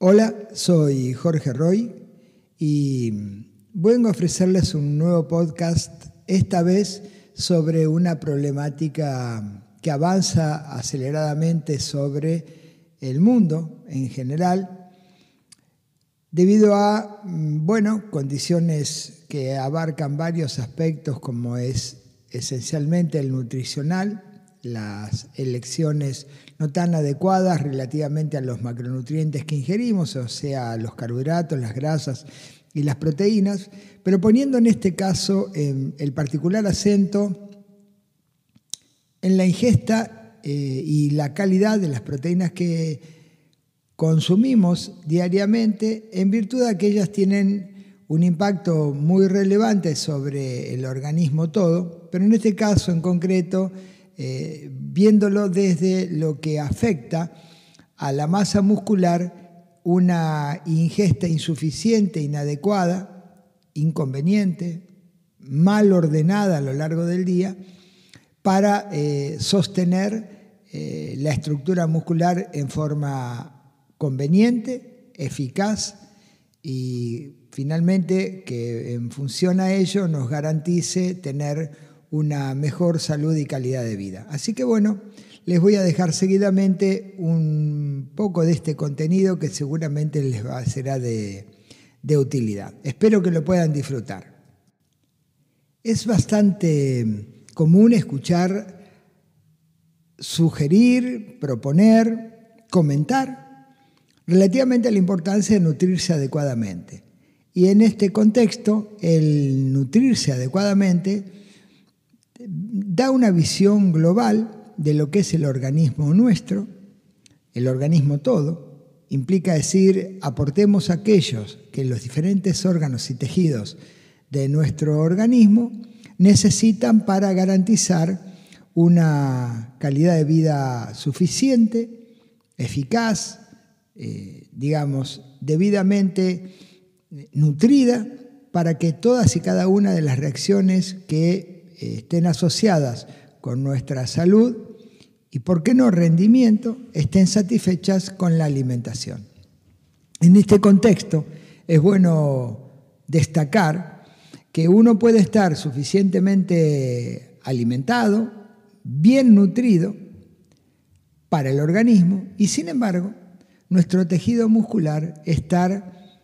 Hola, soy Jorge Roy y vengo a ofrecerles un nuevo podcast, esta vez sobre una problemática que avanza aceleradamente sobre el mundo en general, debido a, condiciones que abarcan varios aspectos, como es esencialmente el nutricional, las elecciones no tan adecuadas relativamente a los macronutrientes que ingerimos, o sea, los carbohidratos, las grasas y las proteínas, pero poniendo en este caso el particular acento en la ingesta y la calidad de las proteínas que consumimos diariamente, en virtud de que ellas tienen un impacto muy relevante sobre el organismo todo, pero en este caso en concreto, viéndolo desde lo que afecta a la masa muscular, una ingesta insuficiente, inadecuada, inconveniente, mal ordenada a lo largo del día, para sostener la estructura muscular en forma conveniente, eficaz y finalmente que en función a ello nos garantice tener una mejor salud y calidad de vida. Así que les voy a dejar seguidamente un poco de este contenido que seguramente les será de utilidad. Espero que lo puedan disfrutar. Es bastante común escuchar, sugerir, proponer, comentar relativamente a la importancia de nutrirse adecuadamente. Y en este contexto, el nutrirse adecuadamente da una visión global de lo que es el organismo nuestro, el organismo todo. Implica decir, aportemos aquellos que los diferentes órganos y tejidos de nuestro organismo necesitan para garantizar una calidad de vida suficiente, eficaz, debidamente nutrida, para que todas y cada una de las reacciones que estén asociadas con nuestra salud y, ¿por qué no, rendimiento?, estén satisfechas con la alimentación. En este contexto es bueno destacar que uno puede estar suficientemente alimentado, bien nutrido para el organismo y, sin embargo, nuestro tejido muscular estar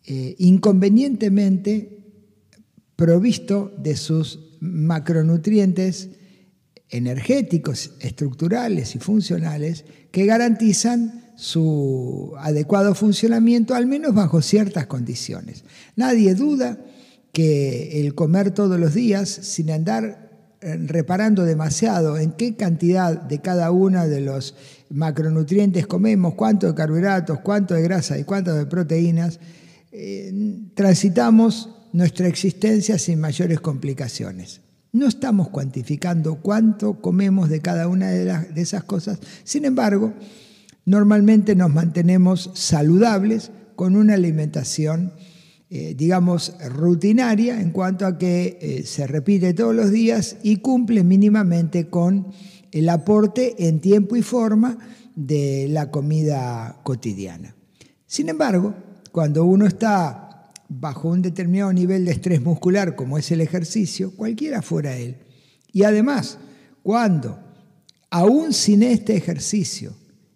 inconvenientemente provisto de sus macronutrientes energéticos, estructurales y funcionales que garantizan su adecuado funcionamiento, al menos bajo ciertas condiciones. Nadie duda que el comer todos los días, sin andar reparando demasiado en qué cantidad de cada uno de los macronutrientes comemos, cuánto de carbohidratos, cuánto de grasa y cuánto de proteínas, transitamos nuestra existencia sin mayores complicaciones. No estamos cuantificando cuánto comemos de cada una de esas cosas. Sin embargo, normalmente nos mantenemos saludables con una alimentación, rutinaria, en cuanto a que se repite todos los días y cumple mínimamente con el aporte en tiempo y forma de la comida cotidiana. Sin embargo, cuando uno está bajo un determinado nivel de estrés muscular, como es el ejercicio, cualquiera fuera él, y además, cuando, aún sin este ejercicio,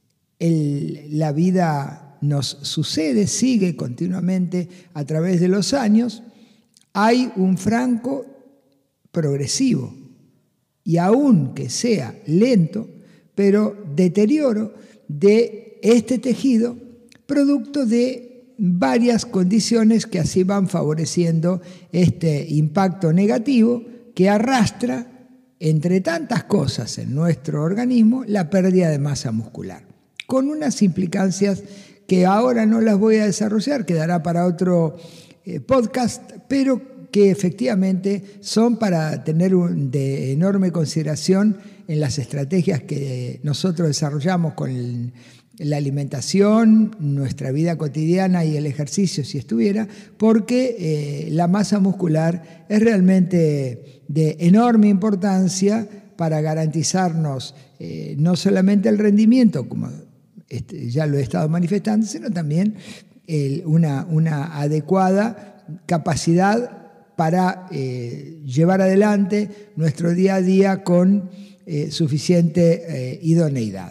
la vida nos sucede, sigue continuamente a través de los años, hay un franco progresivo, y aun que sea lento, pero deterioro de este tejido, producto de varias condiciones que así van favoreciendo este impacto negativo que arrastra, entre tantas cosas en nuestro organismo, la pérdida de masa muscular, con unas implicancias que ahora no las voy a desarrollar, quedará para otro podcast, pero que efectivamente son para tener de enorme consideración en las estrategias que nosotros desarrollamos con la alimentación, nuestra vida cotidiana y el ejercicio si estuviera, porque la masa muscular es realmente de enorme importancia para garantizarnos no solamente el rendimiento, como ya lo he estado manifestando, sino también una adecuada capacidad para llevar adelante nuestro día a día con suficiente idoneidad.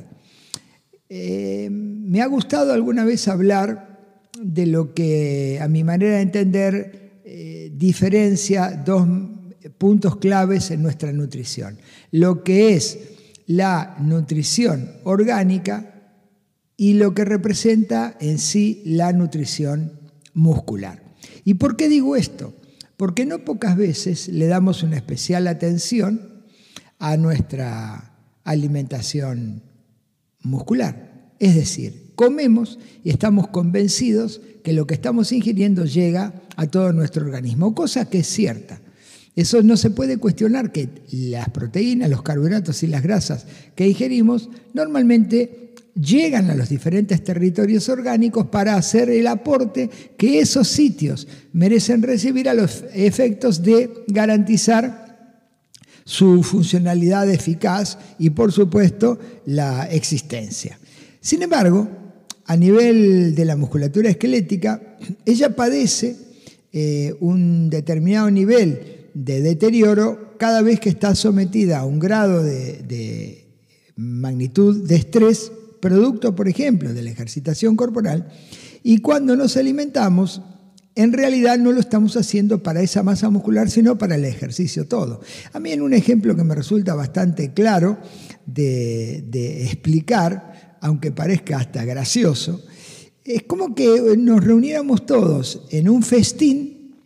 Me ha gustado alguna vez hablar de lo que, a mi manera de entender, diferencia dos puntos claves en nuestra nutrición. Lo que es la nutrición orgánica y lo que representa en sí la nutrición muscular. ¿Y por qué digo esto? Porque no pocas veces le damos una especial atención a nuestra alimentación muscular. Es decir, comemos y estamos convencidos que lo que estamos ingiriendo llega a todo nuestro organismo, cosa que es cierta. Eso no se puede cuestionar, que las proteínas, los carbohidratos y las grasas que ingerimos normalmente llegan a los diferentes territorios orgánicos para hacer el aporte que esos sitios merecen recibir a los efectos de garantizar su funcionalidad eficaz y, por supuesto, la existencia. Sin embargo, a nivel de la musculatura esquelética, ella padece un determinado nivel de deterioro cada vez que está sometida a un grado de magnitud de estrés, producto, por ejemplo, de la ejercitación corporal, y cuando nos alimentamos, en realidad no lo estamos haciendo para esa masa muscular, sino para el ejercicio todo. A mí, en un ejemplo que me resulta bastante claro de explicar, aunque parezca hasta gracioso, es como que nos reuniéramos todos en un festín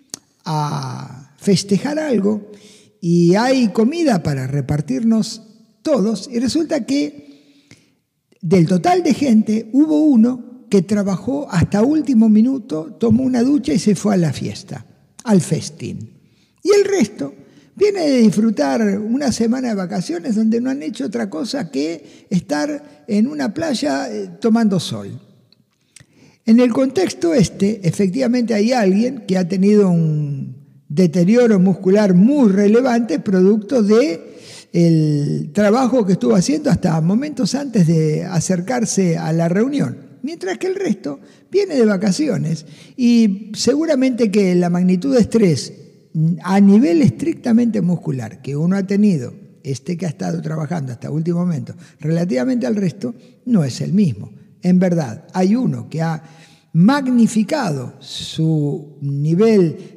a festejar algo y hay comida para repartirnos todos, y resulta que del total de gente hubo uno que trabajó hasta último minuto, tomó una ducha y se fue a la fiesta, al festín. Y el resto viene de disfrutar una semana de vacaciones donde no han hecho otra cosa que estar en una playa tomando sol. En el contexto efectivamente hay alguien que ha tenido un deterioro muscular muy relevante producto de el trabajo que estuvo haciendo hasta momentos antes de acercarse a la reunión, mientras que el resto viene de vacaciones y seguramente que la magnitud de estrés a nivel estrictamente muscular que uno ha tenido, que ha estado trabajando hasta último momento, relativamente al resto, no es el mismo. En verdad, hay uno que ha magnificado su nivel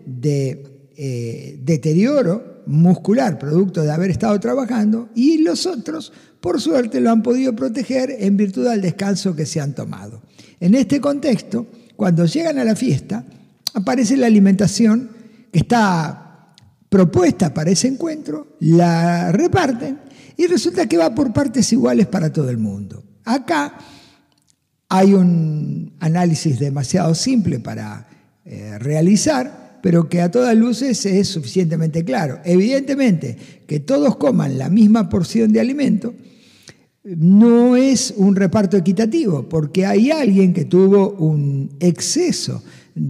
de deterioro muscular, producto de haber estado trabajando, y los otros, por suerte, lo han podido proteger en virtud del descanso que se han tomado. En este contexto, cuando llegan a la fiesta, aparece la alimentación que está propuesta para ese encuentro, la reparten y resulta que va por partes iguales para todo el mundo. Acá hay un análisis demasiado simple para realizar, pero que a todas luces es suficientemente claro. Evidentemente, que todos coman la misma porción de alimento no es un reparto equitativo, porque hay alguien que tuvo un exceso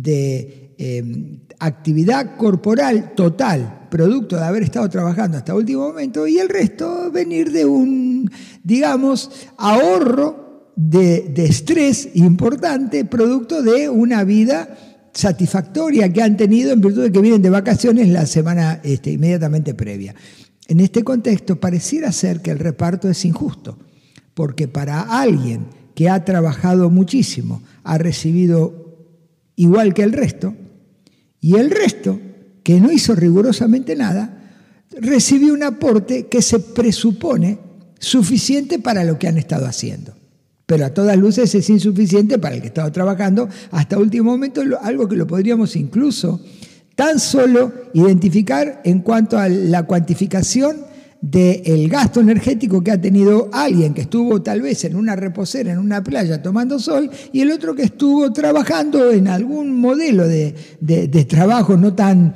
de actividad corporal total, producto de haber estado trabajando hasta último momento, y el resto venir de un, digamos, ahorro de estrés importante, producto de una vida satisfactoria que han tenido en virtud de que vienen de vacaciones la semana inmediatamente previa. En este contexto pareciera ser que el reparto es injusto, porque para alguien que ha trabajado muchísimo ha recibido igual que el resto, y el resto, que no hizo rigurosamente nada, recibió un aporte que se presupone suficiente para lo que han estado haciendo. Pero a todas luces es insuficiente para el que estaba trabajando hasta último momento, algo que lo podríamos incluso tan solo identificar en cuanto a la cuantificación del gasto energético que ha tenido alguien que estuvo tal vez en una reposera, en una playa tomando sol, y el otro que estuvo trabajando en algún modelo de trabajo no tan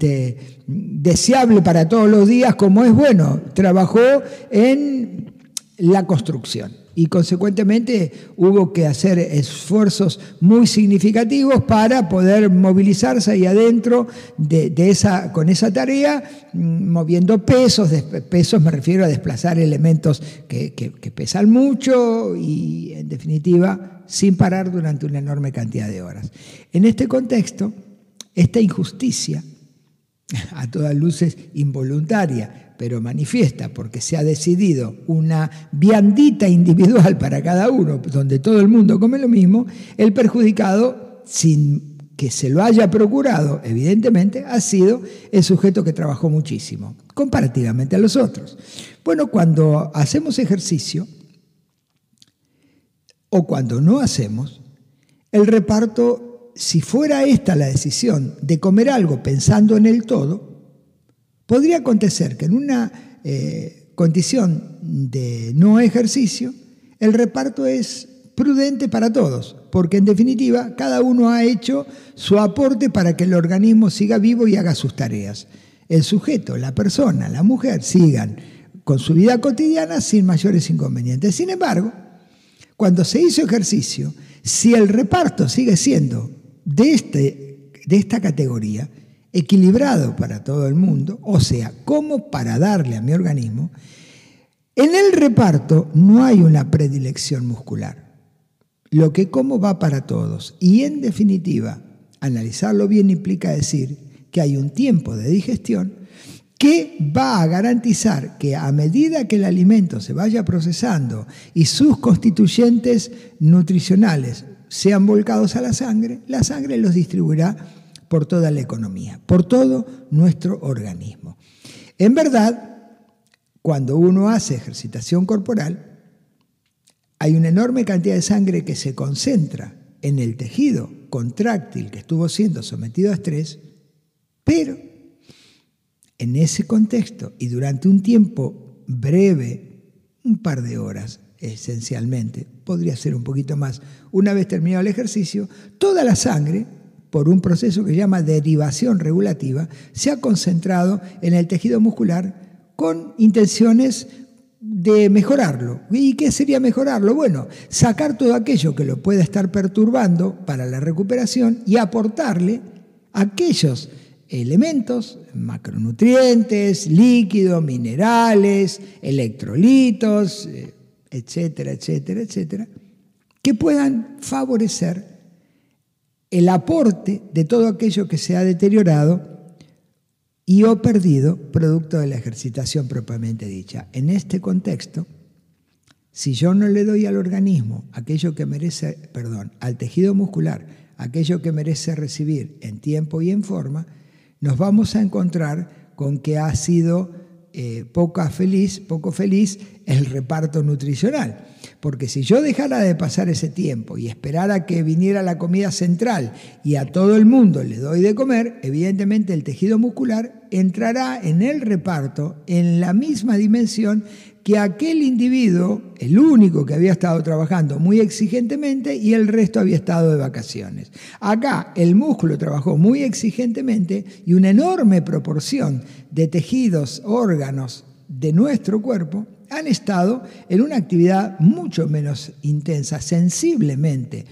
deseable para todos los días como es, bueno, trabajó en la construcción. y consecuentemente hubo que hacer esfuerzos muy significativos para poder movilizarse ahí adentro con esa tarea, moviendo pesos. Pesos me refiero a desplazar elementos que pesan mucho y en definitiva sin parar durante una enorme cantidad de horas. En este contexto, esta injusticia, a todas luces involuntaria, pero manifiesta, porque se ha decidido una viandita individual para cada uno, donde todo el mundo come lo mismo, el perjudicado, sin que se lo haya procurado, evidentemente, ha sido el sujeto que trabajó muchísimo, comparativamente a los otros. Bueno, cuando hacemos ejercicio, o cuando no hacemos, el reparto, si fuera esta la decisión de comer algo pensando en el todo, podría acontecer que en una condición de no ejercicio, el reparto es prudente para todos, porque en definitiva cada uno ha hecho su aporte para que el organismo siga vivo y haga sus tareas. El sujeto, la persona, la mujer sigan con su vida cotidiana sin mayores inconvenientes. Sin embargo, cuando se hizo ejercicio, si el reparto sigue siendo de esta categoría, equilibrado para todo el mundo, o sea, como para darle a mi organismo, en el reparto no hay una predilección muscular. Lo que como va para todos. Y en definitiva, analizarlo bien implica decir que hay un tiempo de digestión que va a garantizar que a medida que el alimento se vaya procesando y sus constituyentes nutricionales sean volcados a la sangre los distribuirá por toda la economía, por todo nuestro organismo. En verdad, cuando uno hace ejercitación corporal, hay una enorme cantidad de sangre que se concentra en el tejido contráctil que estuvo siendo sometido a estrés, pero en ese contexto y durante un tiempo breve, un par de horas esencialmente, podría ser un poquito más, una vez terminado el ejercicio, toda la sangre, por un proceso que se llama derivación regulativa, se ha concentrado en el tejido muscular con intenciones de mejorarlo. ¿Y qué sería mejorarlo? Bueno, sacar todo aquello que lo pueda estar perturbando para la recuperación y aportarle aquellos elementos, macronutrientes, líquidos, minerales, electrolitos, etcétera, etcétera, etcétera, que puedan favorecer el aporte de todo aquello que se ha deteriorado y o perdido producto de la ejercitación propiamente dicha. En este contexto, si yo no le doy al organismo aquello que merece, al tejido muscular, aquello que merece recibir en tiempo y en forma, nos vamos a encontrar con que ha sido poco feliz el reparto nutricional. Porque si yo dejara de pasar ese tiempo y esperara que viniera la comida central y a todo el mundo le doy de comer, evidentemente el tejido muscular entrará en el reparto en la misma dimensión que aquel individuo, el único que había estado trabajando muy exigentemente y el resto había estado de vacaciones. Acá el músculo trabajó muy exigentemente y una enorme proporción de tejidos, órganos de nuestro cuerpo han estado en una actividad mucho menos intensa, sensiblemente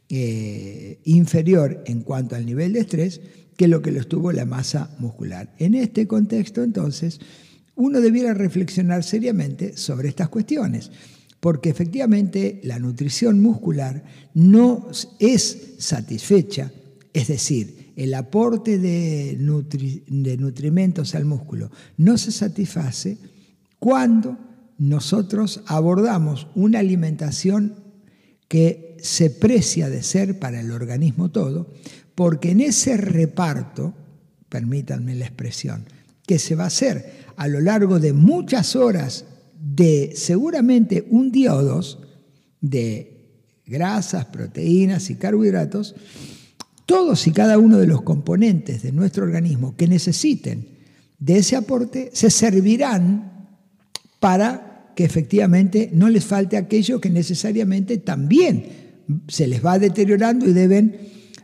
inferior en cuanto al nivel de estrés que lo estuvo la masa muscular. En este contexto, entonces, uno debiera reflexionar seriamente sobre estas cuestiones, porque efectivamente la nutrición muscular no es satisfecha, es decir, el aporte de nutrimentos al músculo no se satisface cuando nosotros abordamos una alimentación que se precia de ser para el organismo todo, porque en ese reparto, permítanme la expresión, que se va a hacer a lo largo de muchas horas de seguramente un día o dos de grasas, proteínas y carbohidratos, todos y cada uno de los componentes de nuestro organismo que necesiten de ese aporte se servirán para que efectivamente no les falte aquello que necesariamente también se les va deteriorando y deben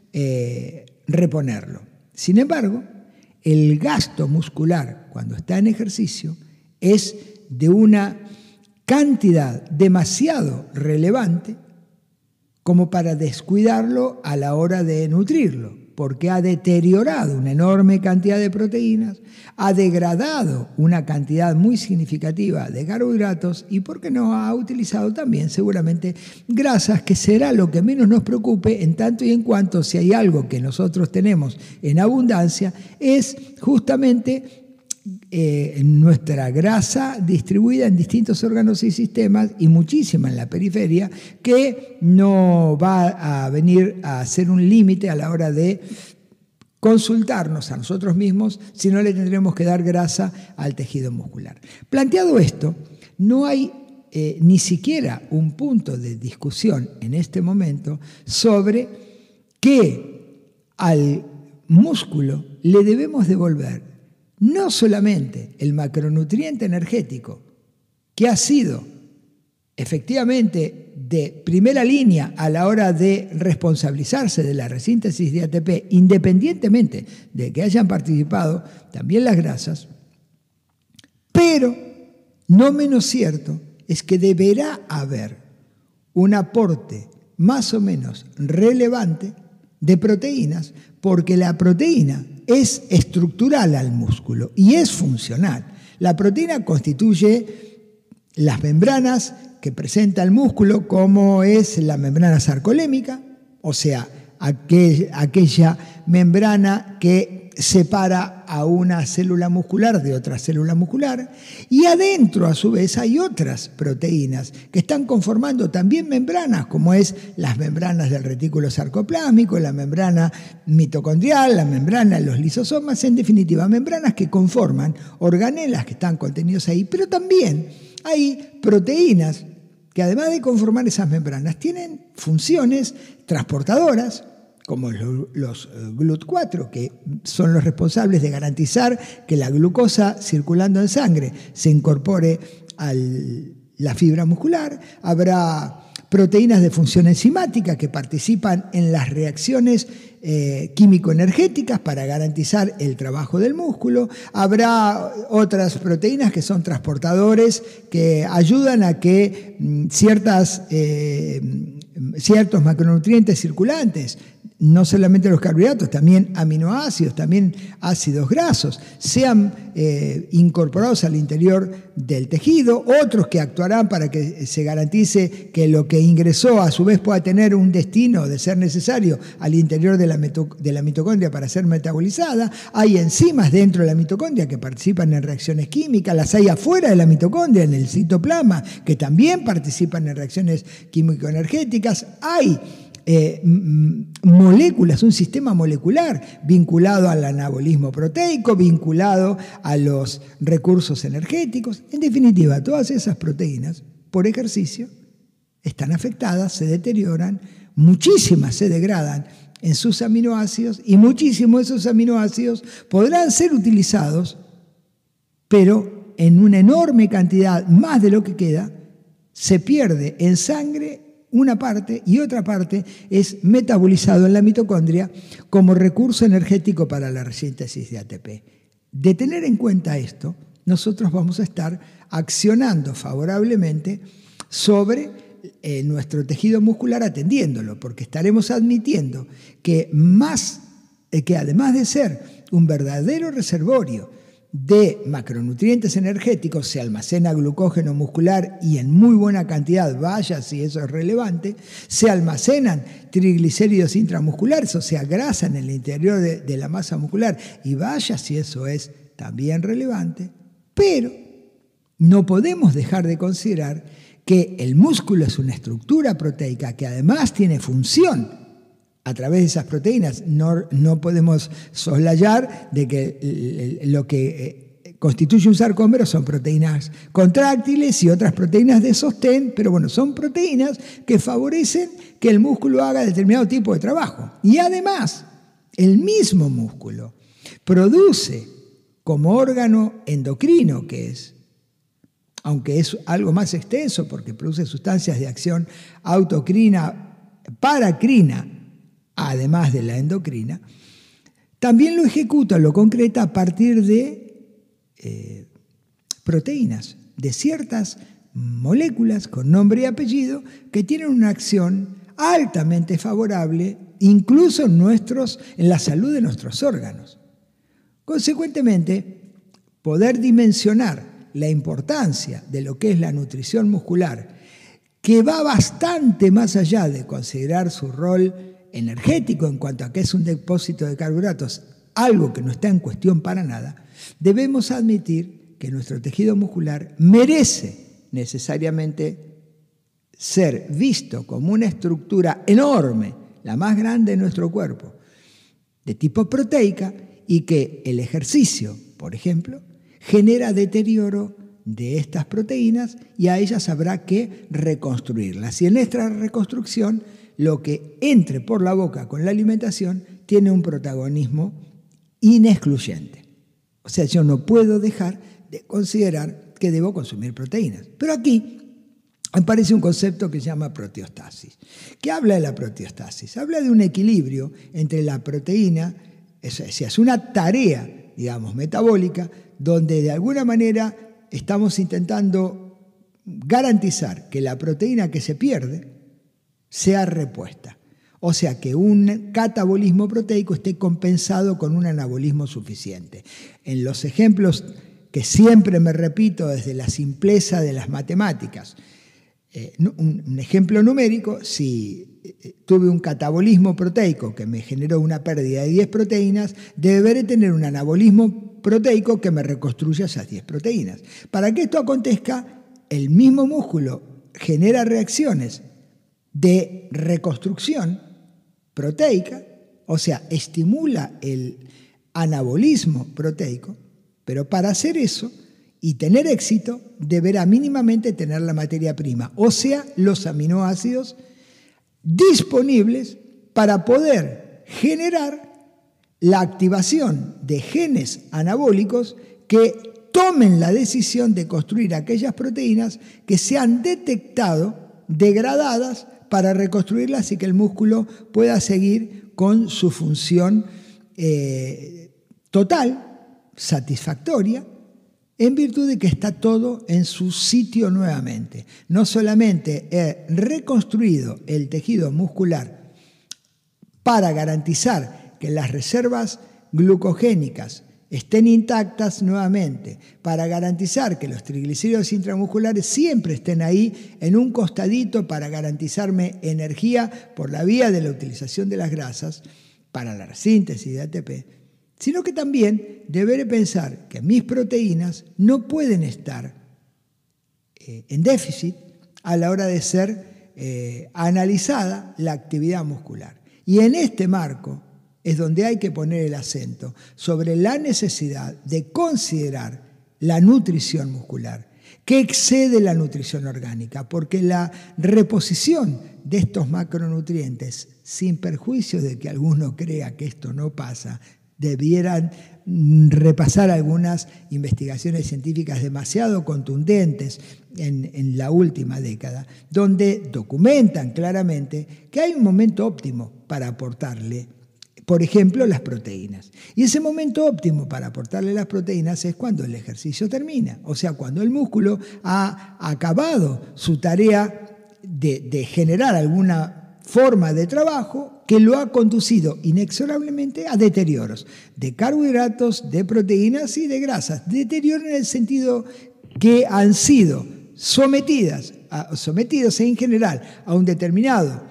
reponerlo. Sin embargo, el gasto muscular cuando está en ejercicio es de una cantidad demasiado relevante como para descuidarlo a la hora de nutrirlo, porque ha deteriorado una enorme cantidad de proteínas, ha degradado una cantidad muy significativa de carbohidratos y, ¿por qué no?, ha utilizado también seguramente grasas, que será lo que menos nos preocupe en tanto y en cuanto, si hay algo que nosotros tenemos en abundancia, es justamente nuestra grasa distribuida en distintos órganos y sistemas, y muchísima en la periferia, que no va a venir a ser un límite a la hora de consultarnos a nosotros mismos, si no le tendremos que dar grasa al tejido muscular. Planteado esto, no hay ni siquiera un punto de discusión en este momento sobre que al músculo le debemos devolver no solamente el macronutriente energético, que ha sido efectivamente de primera línea a la hora de responsabilizarse de la resíntesis de ATP, independientemente de que hayan participado también las grasas, pero no menos cierto es que deberá haber un aporte más o menos relevante de proteínas, porque la proteína es estructural al músculo y es funcional. La proteína constituye las membranas que presenta el músculo, como es la membrana sarcolémica, o sea, aquella membrana que separa a una célula muscular de otra célula muscular, y adentro a su vez hay otras proteínas que están conformando también membranas, como es las membranas del retículo sarcoplásmico, la membrana mitocondrial, la membrana de los lisosomas, en definitiva, membranas que conforman organelas que están contenidos ahí, pero también hay proteínas que, además de conformar esas membranas, tienen funciones transportadoras, como los GLUT4, que son los responsables de garantizar que la glucosa circulando en sangre se incorpore a la fibra muscular. Habrá proteínas de función enzimática que participan en las reacciones químico-energéticas para garantizar el trabajo del músculo. Habrá otras proteínas que son transportadores que ayudan a que ciertos macronutrientes circulantes, no solamente los carbohidratos, también aminoácidos, también ácidos grasos, sean incorporados al interior del tejido, otros que actuarán para que se garantice que lo que ingresó a su vez pueda tener un destino, de ser necesario, al interior de la mitocondria para ser metabolizada. Hay enzimas dentro de la mitocondria que participan en reacciones químicas, las hay afuera de la mitocondria, en el citoplasma, que también participan en reacciones químico-energéticas. Hay moléculas, un sistema molecular vinculado al anabolismo proteico, vinculado a los recursos energéticos. En definitiva, todas esas proteínas, por ejercicio, están afectadas, se deterioran, muchísimas se degradan en sus aminoácidos, y muchísimos de esos aminoácidos podrán ser utilizados, pero en una enorme cantidad, más de lo que queda, se pierde en sangre una parte, y otra parte es metabolizado en la mitocondria como recurso energético para la resíntesis de ATP. De tener en cuenta esto, nosotros vamos a estar accionando favorablemente sobre nuestro tejido muscular, atendiéndolo, porque estaremos admitiendo que además de ser un verdadero reservorio de macronutrientes energéticos, se almacena glucógeno muscular, y en muy buena cantidad, vaya si eso es relevante, se almacenan triglicéridos intramusculares, o sea, grasa en el interior de la masa muscular, y vaya si eso es también relevante, pero no podemos dejar de considerar que el músculo es una estructura proteica que además tiene función a través de esas proteínas. No podemos soslayar de que lo que constituye un sarcómero son proteínas contráctiles y otras proteínas de sostén, pero bueno, son proteínas que favorecen que el músculo haga determinado tipo de trabajo. Y además, el mismo músculo produce como órgano endocrino, que es, aunque es algo más extenso porque produce sustancias de acción autocrina, paracrina, además de la endocrina, también lo ejecuta, lo concreta a partir de proteínas, de ciertas moléculas con nombre y apellido que tienen una acción altamente favorable, incluso en la salud de nuestros órganos. Consecuentemente, poder dimensionar la importancia de lo que es la nutrición muscular, que va bastante más allá de considerar su rol energético en cuanto a que es un depósito de carbohidratos, algo que no está en cuestión para nada, debemos admitir que nuestro tejido muscular merece necesariamente ser visto como una estructura enorme, la más grande de nuestro cuerpo, de tipo proteica, y que el ejercicio, por ejemplo, genera deterioro de estas proteínas y a ellas habrá que reconstruirlas. Y en esta reconstrucción, lo que entre por la boca con la alimentación tiene un protagonismo inexcluyente. O sea, yo no puedo dejar de considerar que debo consumir proteínas. Pero aquí aparece un concepto que se llama proteostasis. ¿Qué habla de la proteostasis? Habla de un equilibrio entre la proteína, es una tarea, digamos, metabólica, donde de alguna manera estamos intentando garantizar que la proteína que se pierde sea repuesta. O sea, que un catabolismo proteico esté compensado con un anabolismo suficiente. En los ejemplos que siempre me repito desde la simpleza de las matemáticas, un ejemplo numérico, si tuve un catabolismo proteico que me generó una pérdida de 10 proteínas, deberé tener un anabolismo proteico que me reconstruya esas 10 proteínas. Para que esto acontezca, el mismo músculo genera reacciones de reconstrucción proteica, o sea, estimula el anabolismo proteico, pero para hacer eso y tener éxito, deberá mínimamente tener la materia prima, o sea, los aminoácidos disponibles para poder generar la activación de genes anabólicos que tomen la decisión de construir aquellas proteínas que se han detectado degradadas para reconstruirlas y que el músculo pueda seguir con su función total, satisfactoria, en virtud de que está todo en su sitio nuevamente. No solamente he reconstruido el tejido muscular para garantizar que las reservas glucogénicas estén intactas nuevamente, para garantizar que los triglicéridos intramusculares siempre estén ahí en un costadito para garantizarme energía por la vía de la utilización de las grasas para la síntesis de ATP, sino que también deberé pensar que mis proteínas no pueden estar en déficit a la hora de ser analizada la actividad muscular. Y en este marco es donde hay que poner el acento sobre la necesidad de considerar la nutrición muscular, que excede la nutrición orgánica, porque la reposición de estos macronutrientes, sin perjuicio de que alguno crea que esto no pasa, debieran repasar algunas investigaciones científicas demasiado contundentes en la última década, donde documentan claramente que hay un momento óptimo para aportarle, por ejemplo, las proteínas. Y ese momento óptimo para aportarle las proteínas es cuando el ejercicio termina, o sea, cuando el músculo ha acabado su tarea de generar alguna forma de trabajo que lo ha conducido inexorablemente a deterioros de carbohidratos, de proteínas y de grasas. Deterioro en el sentido que han sido sometidos en general a un determinado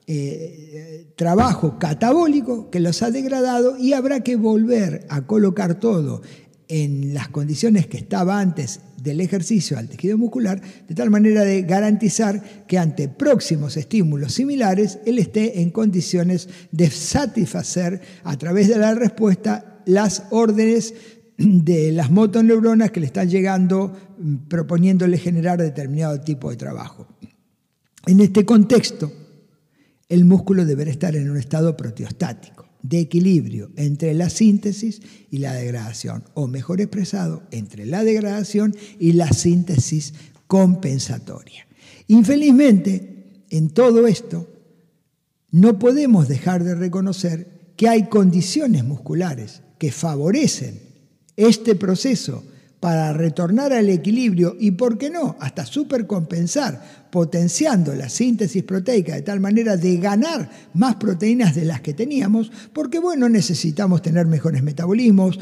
trabajo catabólico que los ha degradado y habrá que volver a colocar todo en las condiciones que estaba antes del ejercicio al tejido muscular, de tal manera de garantizar que ante próximos estímulos similares él esté en condiciones de satisfacer a través de la respuesta las órdenes de las motoneuronas que le están llegando proponiéndole generar determinado tipo de trabajo. En este contexto, el músculo deberá estar en un estado proteostático, de equilibrio entre la síntesis y la degradación, o mejor expresado, entre la degradación y la síntesis compensatoria. Infelizmente, en todo esto, no podemos dejar de reconocer que hay condiciones musculares que favorecen este proceso para retornar al equilibrio y, ¿por qué no?, hasta supercompensar, potenciando la síntesis proteica de tal manera de ganar más proteínas de las que teníamos, porque, bueno, necesitamos tener mejores metabolismos,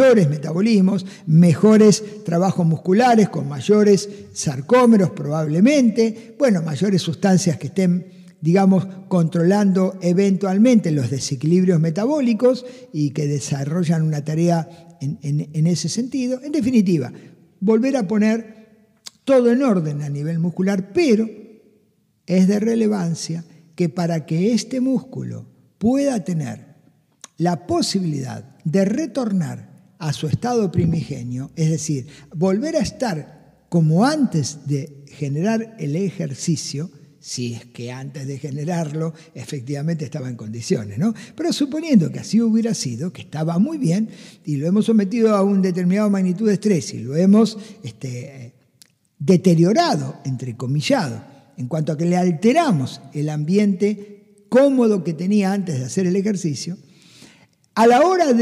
mejores trabajos musculares con mayores sarcómeros probablemente, bueno, mayores sustancias que estén, digamos, controlando eventualmente los desequilibrios metabólicos y que desarrollan una tarea en ese sentido. En definitiva, volver a poner todo en orden a nivel muscular, pero es de relevancia que para que este músculo pueda tener la posibilidad de retornar a su estado primigenio, es decir, volver a estar como antes de generar el ejercicio, si es que antes de generarlo efectivamente estaba en condiciones, ¿no? Pero suponiendo que así hubiera sido, que estaba muy bien y lo hemos sometido a una determinada magnitud de estrés y lo hemos deteriorado, entrecomillado, en cuanto a que le alteramos el ambiente cómodo que tenía antes de hacer el ejercicio, a la hora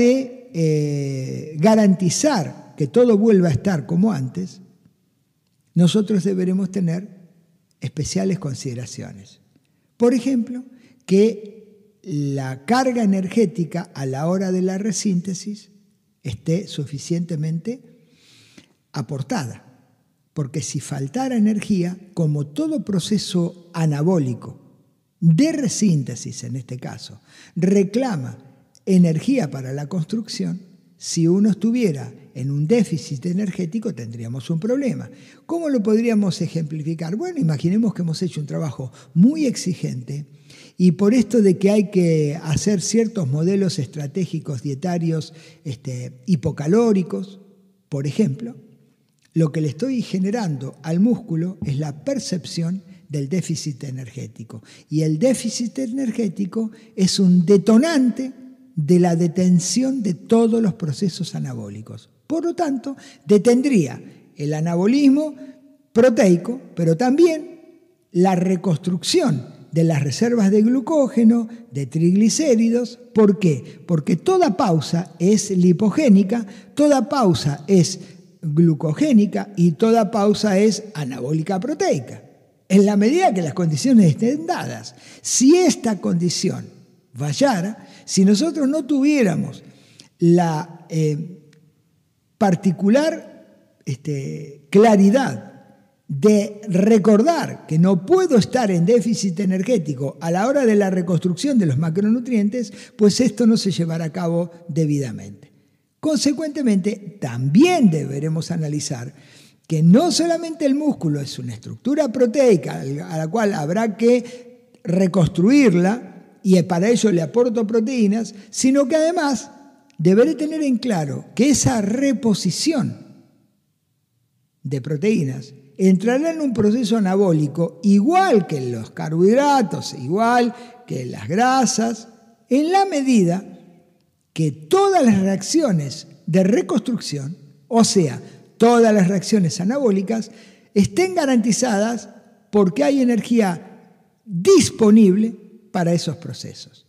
de garantizar que todo vuelva a estar como antes, nosotros deberemos tener especiales consideraciones. Por ejemplo, que la carga energética a la hora de la resíntesis esté suficientemente aportada. Porque si faltara energía, como todo proceso anabólico de resíntesis en este caso, reclama energía para la construcción, si uno estuviera en un déficit energético tendríamos un problema. ¿Cómo lo podríamos ejemplificar? Bueno, imaginemos que hemos hecho un trabajo muy exigente y por esto de que hay que hacer ciertos modelos estratégicos dietarios hipocalóricos, por ejemplo, lo que le estoy generando al músculo es la percepción del déficit energético. Y el déficit energético es un detonante de la detención de todos los procesos anabólicos. Por lo tanto, detendría el anabolismo proteico, pero también la reconstrucción de las reservas de glucógeno, de triglicéridos. ¿Por qué? Porque toda pausa es lipogénica, toda pausa es glucogénica y toda pausa es anabólica proteica. En la medida que las condiciones estén dadas. Si esta condición fallara, si nosotros no tuviéramos la particular claridad de recordar que no puedo estar en déficit energético a la hora de la reconstrucción de los macronutrientes, pues esto no se llevará a cabo debidamente. Consecuentemente, también deberemos analizar que no solamente el músculo es una estructura proteica a la cual habrá que reconstruirla, y para ello le aporto proteínas, sino que además deberé tener en claro que esa reposición de proteínas entrará en un proceso anabólico igual que los carbohidratos, igual que las grasas, en la medida que todas las reacciones de reconstrucción, o sea, todas las reacciones anabólicas, estén garantizadas porque hay energía disponible para esos procesos.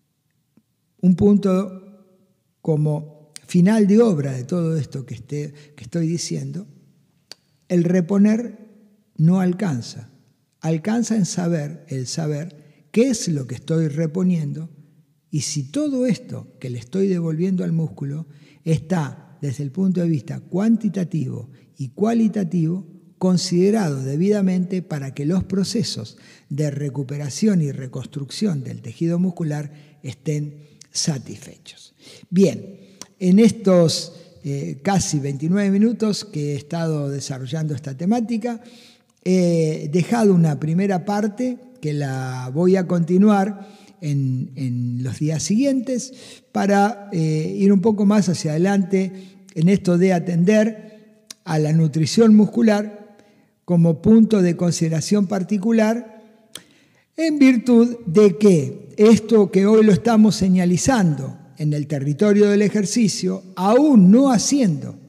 Un punto como final de obra de todo esto que estoy diciendo, el reponer no alcanza. Alcanza el saber qué es lo que estoy reponiendo y si todo esto que le estoy devolviendo al músculo está desde el punto de vista cuantitativo y cualitativo considerado debidamente para que los procesos de recuperación y reconstrucción del tejido muscular estén satisfechos. Bien, en estos casi 29 minutos que he estado desarrollando esta temática, he dejado una primera parte que la voy a continuar en los días siguientes para ir un poco más hacia adelante en esto de atender a la nutrición muscular como punto de consideración particular, en virtud de que esto que hoy lo estamos señalizando en el territorio del ejercicio, aún no haciendo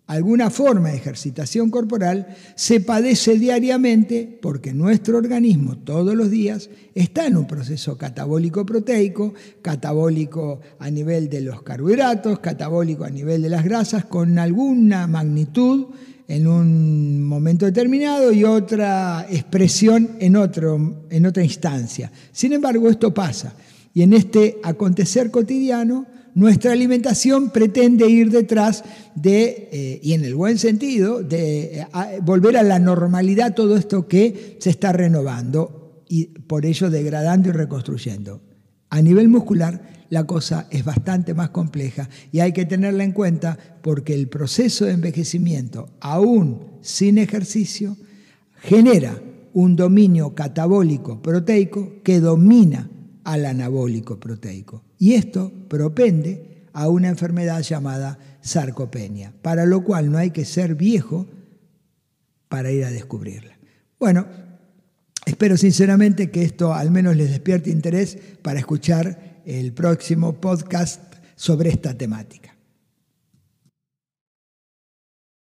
alguna forma de ejercitación corporal, se padece diariamente porque nuestro organismo todos los días está en un proceso catabólico proteico, catabólico a nivel de los carbohidratos, catabólico a nivel de las grasas, con alguna magnitud en un momento determinado y otra expresión en otra instancia. Sin embargo, esto pasa y en este acontecer cotidiano nuestra alimentación pretende ir detrás de, y en el buen sentido, de volver a la normalidad todo esto que se está renovando y por ello degradando y reconstruyendo. A nivel muscular la cosa es bastante más compleja y hay que tenerla en cuenta porque el proceso de envejecimiento, aún sin ejercicio, genera un dominio catabólico proteico que domina al anabólico proteico. Y esto propende a una enfermedad llamada sarcopenia, para lo cual no hay que ser viejo para ir a descubrirla. Bueno, espero sinceramente que esto al menos les despierte interés para escuchar el próximo podcast sobre esta temática.